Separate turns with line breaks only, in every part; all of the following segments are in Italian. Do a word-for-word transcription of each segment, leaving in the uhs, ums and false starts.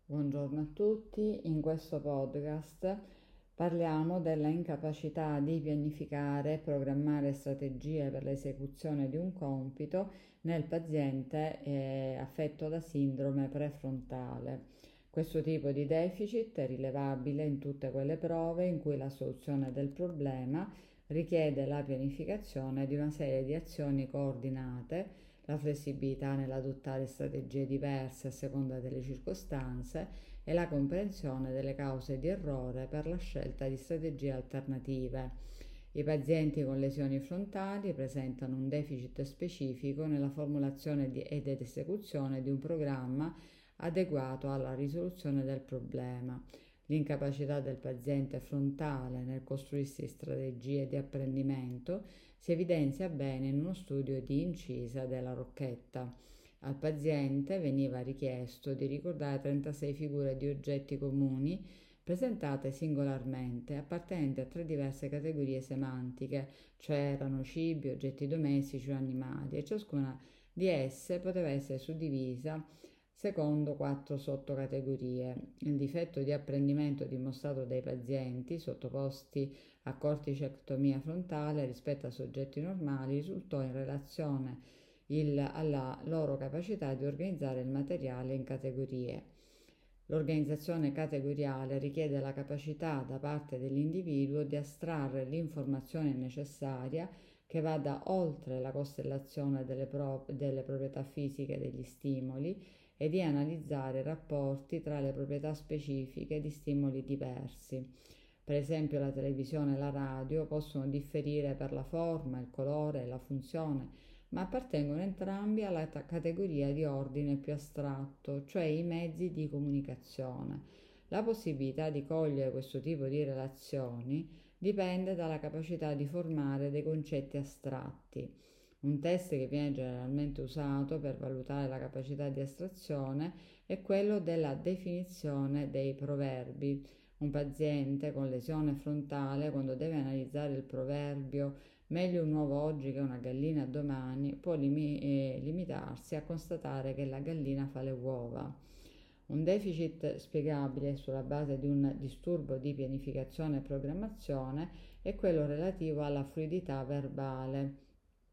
Buongiorno a tutti, in questo podcast parliamo della incapacità di pianificare e programmare strategie per l'esecuzione di un compito nel paziente eh, affetto da sindrome prefrontale. Questo tipo di deficit è rilevabile in tutte quelle prove in cui la soluzione del problema richiede la pianificazione di una serie di azioni coordinate, la flessibilità nell'adottare strategie diverse a seconda delle circostanze e la comprensione delle cause di errore per la scelta di strategie alternative. I pazienti con lesioni frontali presentano un deficit specifico nella formulazione di, ed esecuzione di un programma adeguato alla risoluzione del problema. L'incapacità del paziente frontale nel costruirsi strategie di apprendimento si evidenzia bene in uno studio di incisa della Rocchetta. Al paziente veniva richiesto di ricordare trentasei figure di oggetti comuni presentate singolarmente, appartenenti a tre diverse categorie semantiche, cioè erano cibi, oggetti domestici o animali, e ciascuna di esse poteva essere suddivisa secondo quattro sottocategorie. Il difetto di apprendimento dimostrato dai pazienti sottoposti a corticectomia frontale rispetto a soggetti normali risultò in relazione il, alla loro capacità di organizzare il materiale in categorie. L'organizzazione categoriale richiede la capacità da parte dell'individuo di astrarre l'informazione necessaria che vada oltre la costellazione delle, pro- delle proprietà fisiche degli stimoli e di analizzare i rapporti tra le proprietà specifiche di stimoli diversi. Per esempio la televisione e la radio possono differire per la forma, il colore e la funzione, ma appartengono entrambi alla t- categoria di ordine più astratto, cioè i mezzi di comunicazione. La possibilità di cogliere questo tipo di relazioni dipende dalla capacità di formare dei concetti astratti. Un test che viene generalmente usato per valutare la capacità di astrazione è quello della definizione dei proverbi. Un paziente con lesione frontale, quando deve analizzare il proverbio meglio un uovo oggi che una gallina domani, può limi- eh, limitarsi a constatare che la gallina fa le uova. Un deficit spiegabile sulla base di un disturbo di pianificazione e programmazione è quello relativo alla fluidità verbale.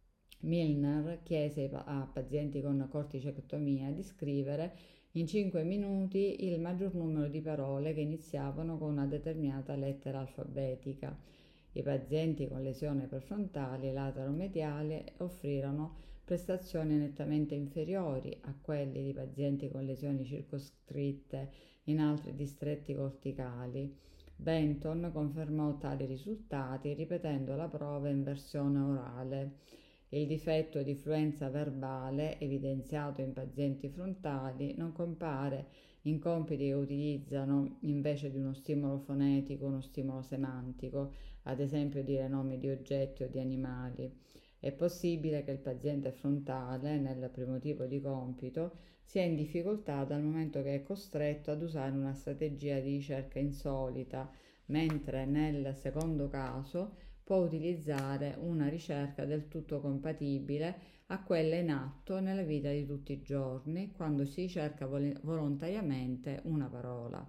Milner chiese a pazienti con corticectomia di scrivere in cinque minuti il maggior numero di parole che iniziavano con una determinata lettera alfabetica. I pazienti con lesione prefrontale lateromediale offrirono prestazioni nettamente inferiori a quelle di pazienti con lesioni circoscritte in altri distretti corticali. Benton confermò tali risultati ripetendo la prova in versione orale. Il difetto di fluenza verbale, evidenziato in pazienti frontali, non compare in compiti che utilizzano, invece di uno stimolo fonetico, uno stimolo semantico, ad esempio dire nomi di oggetti o di animali. È possibile che il paziente frontale, nel primo tipo di compito, sia in difficoltà dal momento che è costretto ad usare una strategia di ricerca insolita, mentre nel secondo caso può utilizzare una ricerca del tutto compatibile a quella in atto nella vita di tutti i giorni, quando si cerca vol- volontariamente una parola.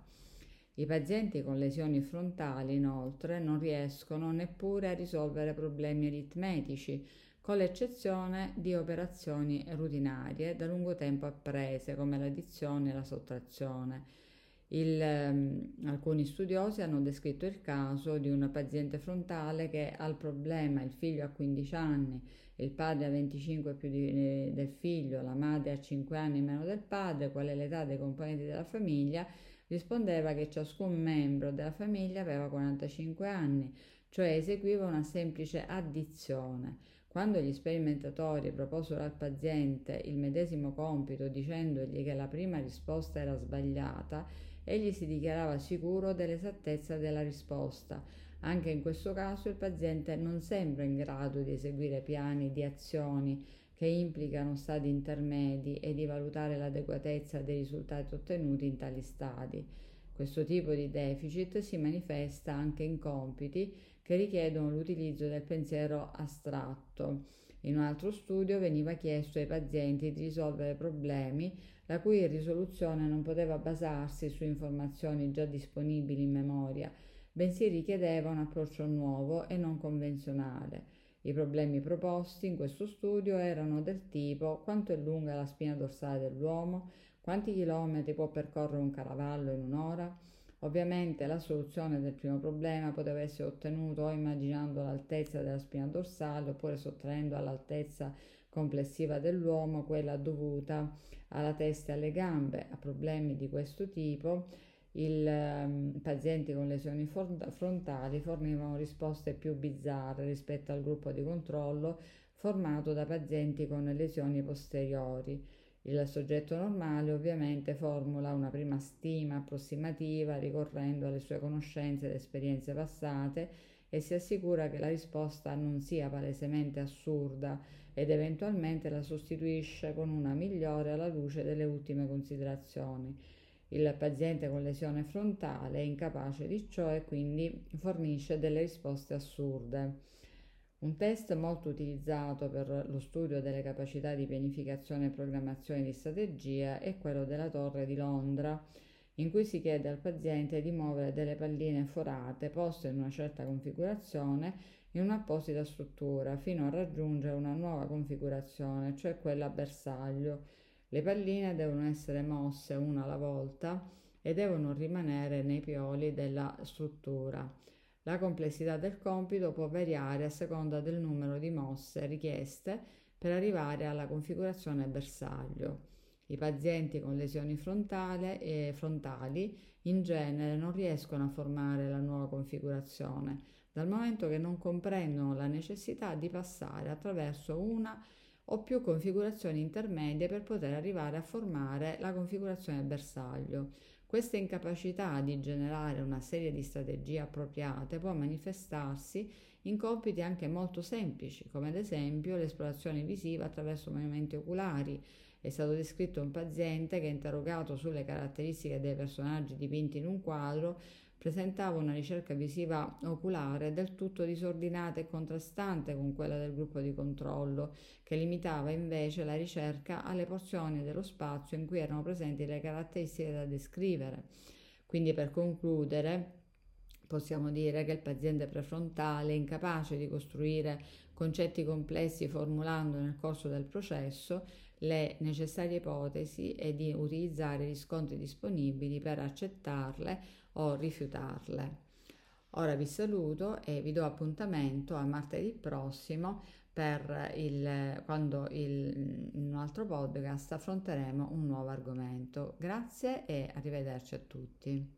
I pazienti con lesioni frontali, inoltre, non riescono neppure a risolvere problemi aritmetici, con l'eccezione di operazioni rutinarie da lungo tempo apprese, come l'addizione e la sottrazione. Il, ehm, alcuni studiosi hanno descritto il caso di un paziente frontale che ha il problema, il figlio ha quindici anni, il padre ha venticinque più di, del figlio, la madre ha cinque anni meno del padre, qual è l'età dei componenti della famiglia, rispondeva che ciascun membro della famiglia aveva quarantacinque anni, cioè eseguiva una semplice addizione. Quando gli sperimentatori proposero al paziente il medesimo compito dicendogli che la prima risposta era sbagliata, egli si dichiarava sicuro dell'esattezza della risposta. Anche in questo caso il paziente non sembra in grado di eseguire piani di azioni che implicano stadi intermedi e di valutare l'adeguatezza dei risultati ottenuti in tali stadi. Questo tipo di deficit si manifesta anche in compiti che richiedono l'utilizzo del pensiero astratto. In un altro studio veniva chiesto ai pazienti di risolvere problemi la cui risoluzione non poteva basarsi su informazioni già disponibili in memoria, bensì richiedeva un approccio nuovo e non convenzionale. I problemi proposti in questo studio erano del tipo: quanto è lunga la spina dorsale dell'uomo? Quanti chilometri può percorrere un cavallo in un'ora? Ovviamente la soluzione del primo problema poteva essere ottenuta o immaginando l'altezza della spina dorsale oppure sottraendo all'altezza complessiva dell'uomo quella dovuta alla testa e alle gambe. A problemi di questo tipo i um, pazienti con lesioni frontali fornivano risposte più bizzarre rispetto al gruppo di controllo formato da pazienti con lesioni posteriori. Il soggetto normale ovviamente formula una prima stima approssimativa ricorrendo alle sue conoscenze ed esperienze passate e si assicura che la risposta non sia palesemente assurda ed eventualmente la sostituisce con una migliore alla luce delle ultime considerazioni. Il paziente con lesione frontale è incapace di ciò e quindi fornisce delle risposte assurde. Un test molto utilizzato per lo studio delle capacità di pianificazione e programmazione di strategia è quello della Torre di Londra, in cui si chiede al paziente di muovere delle palline forate poste in una certa configurazione in un'apposita struttura fino a raggiungere una nuova configurazione, cioè quella a bersaglio. Le palline devono essere mosse una alla volta e devono rimanere nei pioli della struttura. La complessità del compito può variare a seconda del numero di mosse richieste per arrivare alla configurazione bersaglio. I pazienti con lesioni frontali, e frontali in genere non riescono a formare la nuova configurazione, dal momento che non comprendono la necessità di passare attraverso una o più configurazioni intermedie per poter arrivare a formare la configurazione bersaglio. Questa incapacità di generare una serie di strategie appropriate può manifestarsi in compiti anche molto semplici, come ad esempio l'esplorazione visiva attraverso movimenti oculari. È stato descritto un paziente che, interrogato sulle caratteristiche dei personaggi dipinti in un quadro, presentava una ricerca visiva oculare del tutto disordinata e contrastante con quella del gruppo di controllo, che limitava invece la ricerca alle porzioni dello spazio in cui erano presenti le caratteristiche da descrivere. Quindi, per concludere, possiamo dire che il paziente prefrontale è incapace di costruire concetti complessi formulando nel corso del processo le necessarie ipotesi e di utilizzare i riscontri disponibili per accettarle o rifiutarle. Ora vi saluto e vi do appuntamento a martedì prossimo per il, quando il, in un altro podcast affronteremo un nuovo argomento. Grazie e arrivederci a tutti.